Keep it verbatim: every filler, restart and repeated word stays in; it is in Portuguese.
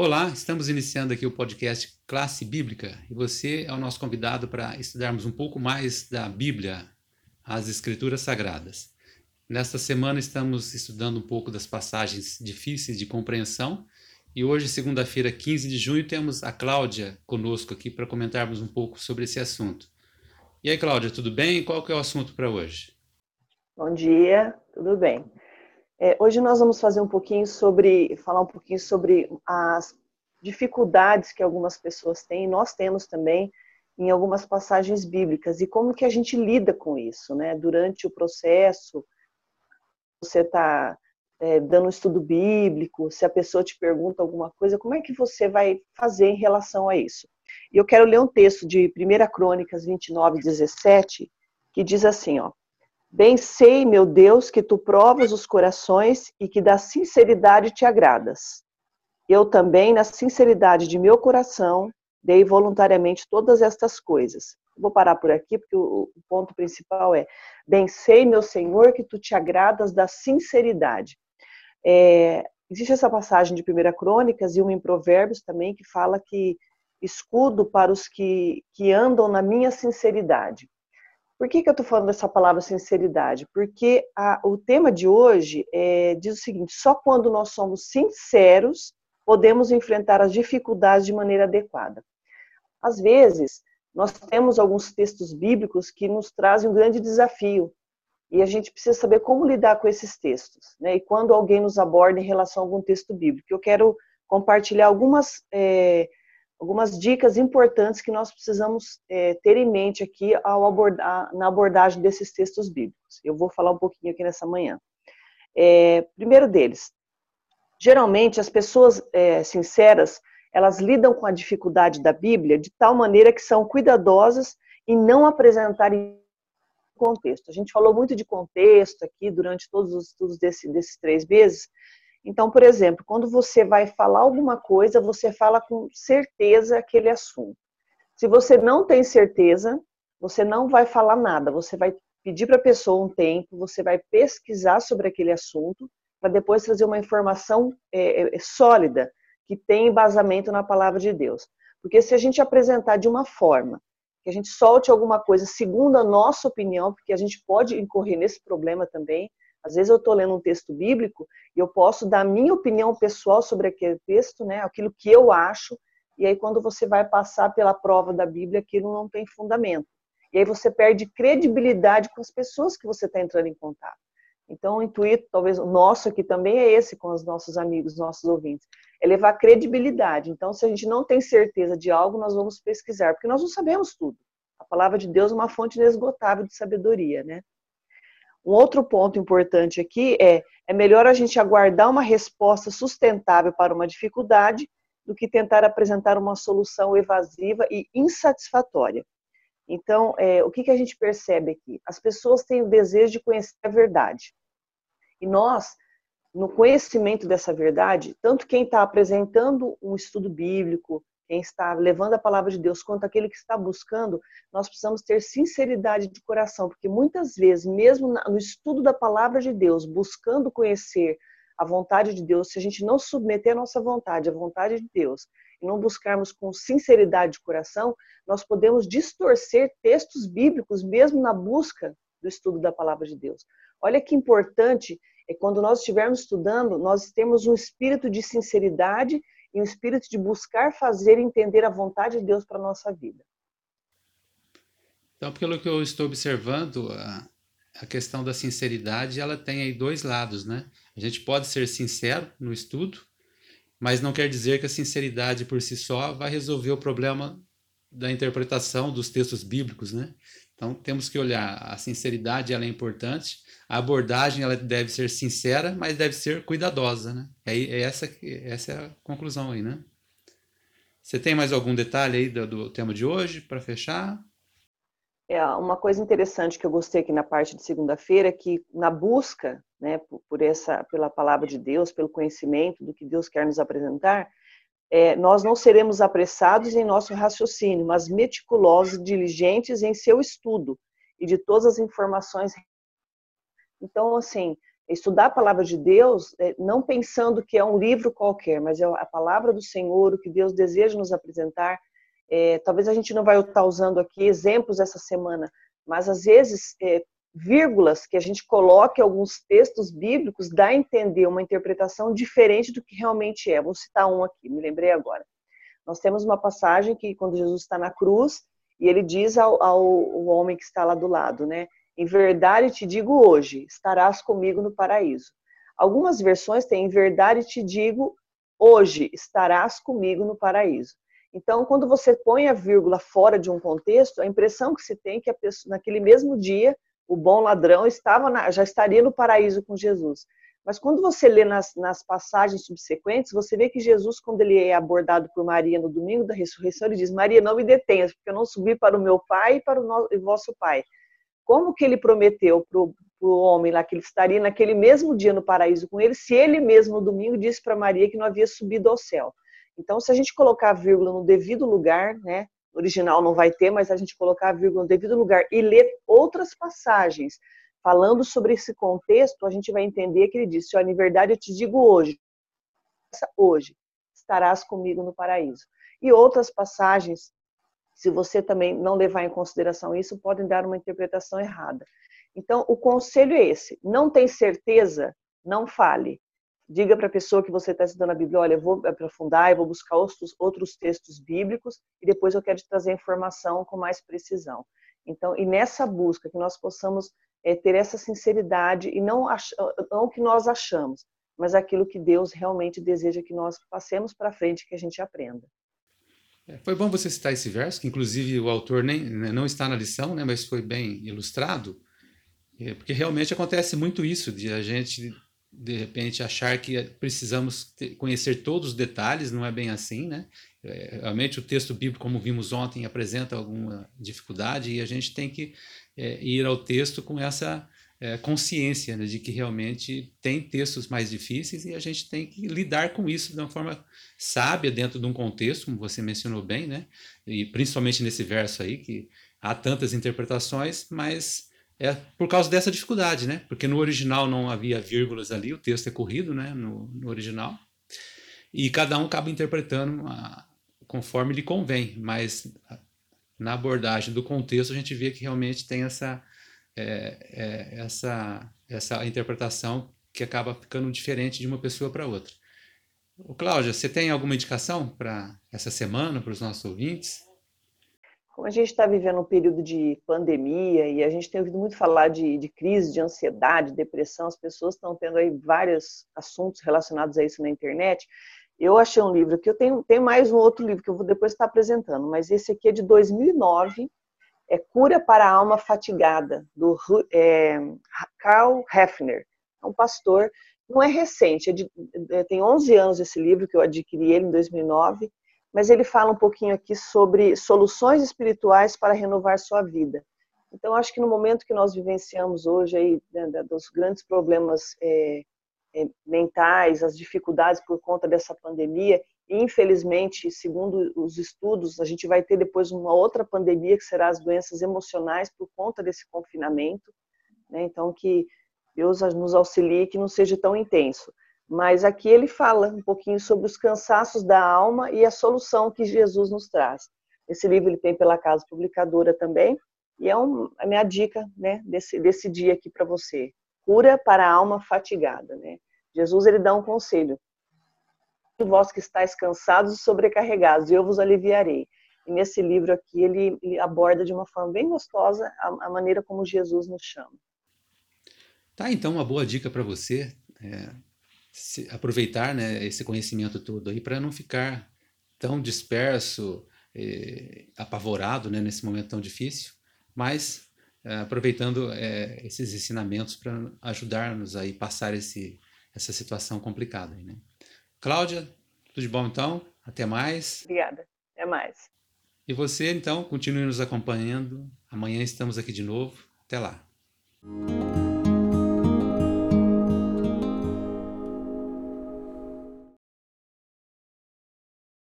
Olá, estamos iniciando aqui o podcast Classe Bíblica e você é o nosso convidado para estudarmos um pouco mais da Bíblia, as Escrituras Sagradas. Nesta semana estamos estudando um pouco das passagens difíceis de compreensão e hoje, segunda-feira, quinze de junho, temos a Cláudia conosco aqui para comentarmos um pouco sobre esse assunto. E aí, Cláudia, tudo bem? Qual que é o assunto para hoje? Bom dia, tudo bem? É, hoje nós vamos fazer um pouquinho sobre, falar um pouquinho sobre as dificuldades que algumas pessoas têm, nós temos também em algumas passagens bíblicas e como que a gente lida com isso, né? Durante o processo, você está é, dando um estudo bíblico, se a pessoa te pergunta alguma coisa, como é que você vai fazer em relação a isso? E eu quero ler um texto de primeira Crônicas vinte e nove, dezessete, que diz assim, ó: Bem sei, meu Deus, que tu provas os corações e que da sinceridade te agradas. Eu também, na sinceridade de meu coração, dei voluntariamente todas estas coisas. Vou parar por aqui, porque o, o ponto principal é: bem sei, meu Senhor, que tu te agradas da sinceridade. É, existe essa passagem de primeira Crônicas e uma em Provérbios também, que fala que escudo para os que, que andam na minha sinceridade. Por que, que eu estou falando dessa palavra sinceridade? Porque a, o tema de hoje é, diz o seguinte: só quando nós somos sinceros podemos enfrentar as dificuldades de maneira adequada. Às vezes, nós temos alguns textos bíblicos que nos trazem um grande desafio e a gente precisa saber como lidar com esses textos, né? E quando alguém nos aborda em relação a algum texto bíblico, eu quero compartilhar algumas é, algumas dicas importantes que nós precisamos é, ter em mente aqui ao abordar, na abordagem desses textos bíblicos. Eu vou falar um pouquinho aqui nessa manhã. É, primeiro deles, geralmente as pessoas é, sinceras, elas lidam com a dificuldade da Bíblia de tal maneira que são cuidadosas em não apresentarem contexto. A gente falou muito de contexto aqui durante todos os estudos desse, desses três meses. Então, por exemplo, quando você vai falar alguma coisa, você fala com certeza aquele assunto. Se você não tem certeza, você não vai falar nada. Você vai pedir para a pessoa um tempo, você vai pesquisar sobre aquele assunto, para depois trazer uma informação é, é, sólida, que tem embasamento na palavra de Deus. Porque se a gente apresentar de uma forma, que a gente solte alguma coisa segundo a nossa opinião, porque a gente pode incorrer nesse problema também. Às vezes eu estou lendo um texto bíblico e eu posso dar a minha opinião pessoal sobre aquele texto, né, aquilo que eu acho, e aí quando você vai passar pela prova da Bíblia, aquilo não tem fundamento. E aí você perde credibilidade com as pessoas que você está entrando em contato. Então o intuito, talvez o nosso aqui também é esse com os nossos amigos, nossos ouvintes, é levar credibilidade. Então se a gente não tem certeza de algo, nós vamos pesquisar, porque nós não sabemos tudo. A palavra de Deus é uma fonte inesgotável de sabedoria, né? Um outro ponto importante aqui é, é melhor a gente aguardar uma resposta sustentável para uma dificuldade do que tentar apresentar uma solução evasiva e insatisfatória. Então, é, o que, que a gente percebe aqui? As pessoas têm o desejo de conhecer a verdade. E nós, no conhecimento dessa verdade, tanto quem está apresentando um estudo bíblico, quem está levando a palavra de Deus, quanto aquele que está buscando, nós precisamos ter sinceridade de coração, porque muitas vezes, mesmo no estudo da palavra de Deus, buscando conhecer a vontade de Deus, se a gente não submeter a nossa vontade, à vontade de Deus, e não buscarmos com sinceridade de coração, nós podemos distorcer textos bíblicos, mesmo na busca do estudo da palavra de Deus. Olha que importante é quando nós estivermos estudando, nós temos um espírito de sinceridade e um espírito de buscar fazer e entender a vontade de Deus para a nossa vida. Então, pelo que eu estou observando, a, a questão da sinceridade, ela tem aí dois lados, né? A gente pode ser sincero no estudo, mas não quer dizer que a sinceridade por si só vai resolver o problema da interpretação dos textos bíblicos, né? Então temos que olhar, a sinceridade ela é importante, a abordagem ela deve ser sincera, mas deve ser cuidadosa, né? É, é essa, essa é a conclusão aí, né? Você tem mais algum detalhe aí do, do tema de hoje para fechar? É, uma coisa interessante que eu gostei aqui na parte de segunda-feira é que na busca, né, por, por essa, pela palavra de Deus, pelo conhecimento do que Deus quer nos apresentar, é, nós não seremos apressados em nosso raciocínio, mas meticulosos e diligentes em seu estudo e de todas as informações. Então, assim, Estudar a palavra de Deus, é, não pensando que é um livro qualquer, mas é a palavra do Senhor, o que Deus deseja nos apresentar. É, talvez a gente não vai estar usando aqui exemplos essa semana, mas às vezes é, vírgulas que a gente coloca em alguns textos bíblicos dá a entender uma interpretação diferente do que realmente é. Vou citar um aqui, me lembrei agora. Nós temos uma passagem que quando Jesus está na cruz e ele diz ao, ao, ao homem que está lá do lado, né? Em verdade te digo hoje, estarás comigo no paraíso. Algumas versões têm, em verdade te digo, hoje estarás comigo no paraíso. Então, quando você põe a vírgula fora de um contexto, a impressão que se tem é que a pessoa, naquele mesmo dia, o bom ladrão estava na, já estaria no paraíso com Jesus. Mas quando você lê nas, nas passagens subsequentes, você vê que Jesus, quando ele é abordado por Maria no domingo da ressurreição, ele diz, Maria, não me detenhas, porque eu não subi para o meu pai e para o, no, o vosso pai. Como que ele prometeu para o homem lá que ele estaria naquele mesmo dia no paraíso com ele, se ele mesmo no domingo disse para Maria que não havia subido ao céu? Então, se a gente colocar a vírgula no devido lugar, né, no original não vai ter, mas a gente colocar a vírgula no devido lugar e ler outras passagens falando sobre esse contexto, a gente vai entender que ele disse, olha, em verdade eu te digo hoje, hoje estarás comigo no paraíso. E outras passagens, se você também não levar em consideração isso, podem dar uma interpretação errada. Então, o conselho é esse, não tem certeza, não fale. Diga para a pessoa que você está estudando a Bíblia, olha, eu vou aprofundar, eu vou buscar outros, outros textos bíblicos e depois eu quero te trazer informação com mais precisão. Então, e nessa busca, que nós possamos é, ter essa sinceridade e não, ach, não o que nós achamos, mas aquilo que Deus realmente deseja que nós passemos para frente, que a gente aprenda. É, foi bom você citar esse verso, que inclusive o autor nem, não está na lição, né, mas foi bem ilustrado, é, porque realmente acontece muito isso, de a gente, de repente, achar que precisamos ter, conhecer todos os detalhes, não é bem assim, né? É, realmente o texto bíblico, como vimos ontem, apresenta alguma dificuldade e a gente tem que é, ir ao texto com essa é, consciência, né, de que realmente tem textos mais difíceis e a gente tem que lidar com isso de uma forma sábia dentro de um contexto, como você mencionou bem, né? E principalmente nesse verso aí, que há tantas interpretações, mas é por causa dessa dificuldade, né? Porque no original não havia vírgulas ali, o texto é corrido, né? No, no original. E cada um acaba interpretando a, conforme lhe convém, mas na abordagem do contexto a gente vê que realmente tem essa, é, é, essa, essa interpretação que acaba ficando diferente de uma pessoa para outra. Ô, Cláudia, você tem alguma indicação para essa semana, para os nossos ouvintes? Como a gente está vivendo um período de pandemia e a gente tem ouvido muito falar de, de crise, de ansiedade, depressão, as pessoas estão tendo aí vários assuntos relacionados a isso na internet. Eu achei um livro que eu tenho, tenho mais um outro livro que eu vou depois estar apresentando, mas esse aqui é de dois mil e nove, é Cura para a Alma Fatigada, do é, Karl Hefner, é um pastor, não é recente, é de, é, tem onze anos esse livro que eu adquiri ele em dois mil e nove, mas ele fala um pouquinho aqui sobre soluções espirituais para renovar sua vida. Então, acho que no momento que nós vivenciamos hoje, aí, né, dos grandes problemas é, é, mentais, as dificuldades por conta dessa pandemia, e infelizmente, segundo os estudos, a gente vai ter depois uma outra pandemia, que será as doenças emocionais por conta desse confinamento, né? Então, que Deus nos auxilie que não seja tão intenso. Mas aqui ele fala um pouquinho sobre os cansaços da alma e a solução que Jesus nos traz. Esse livro ele tem pela Casa Publicadora também, e é um, a minha dica, né, desse, desse dia aqui para você. Cura para a alma fatigada, né? Jesus ele dá um conselho. Vós que estáis cansados e sobrecarregados, eu vos aliviarei. E nesse livro aqui ele, ele aborda de uma forma bem gostosa a, a maneira como Jesus nos chama. Tá, então uma boa dica para você é se, aproveitar, né, esse conhecimento todo aí para não ficar tão disperso, eh, apavorado, né, nesse momento tão difícil, mas eh, aproveitando eh, esses ensinamentos para ajudar-nos a passar esse, essa situação complicada aí, né? Cláudia, tudo de bom então? Até mais. Obrigada. Até mais. E você, então, continue nos acompanhando. Amanhã estamos aqui de novo. Até lá.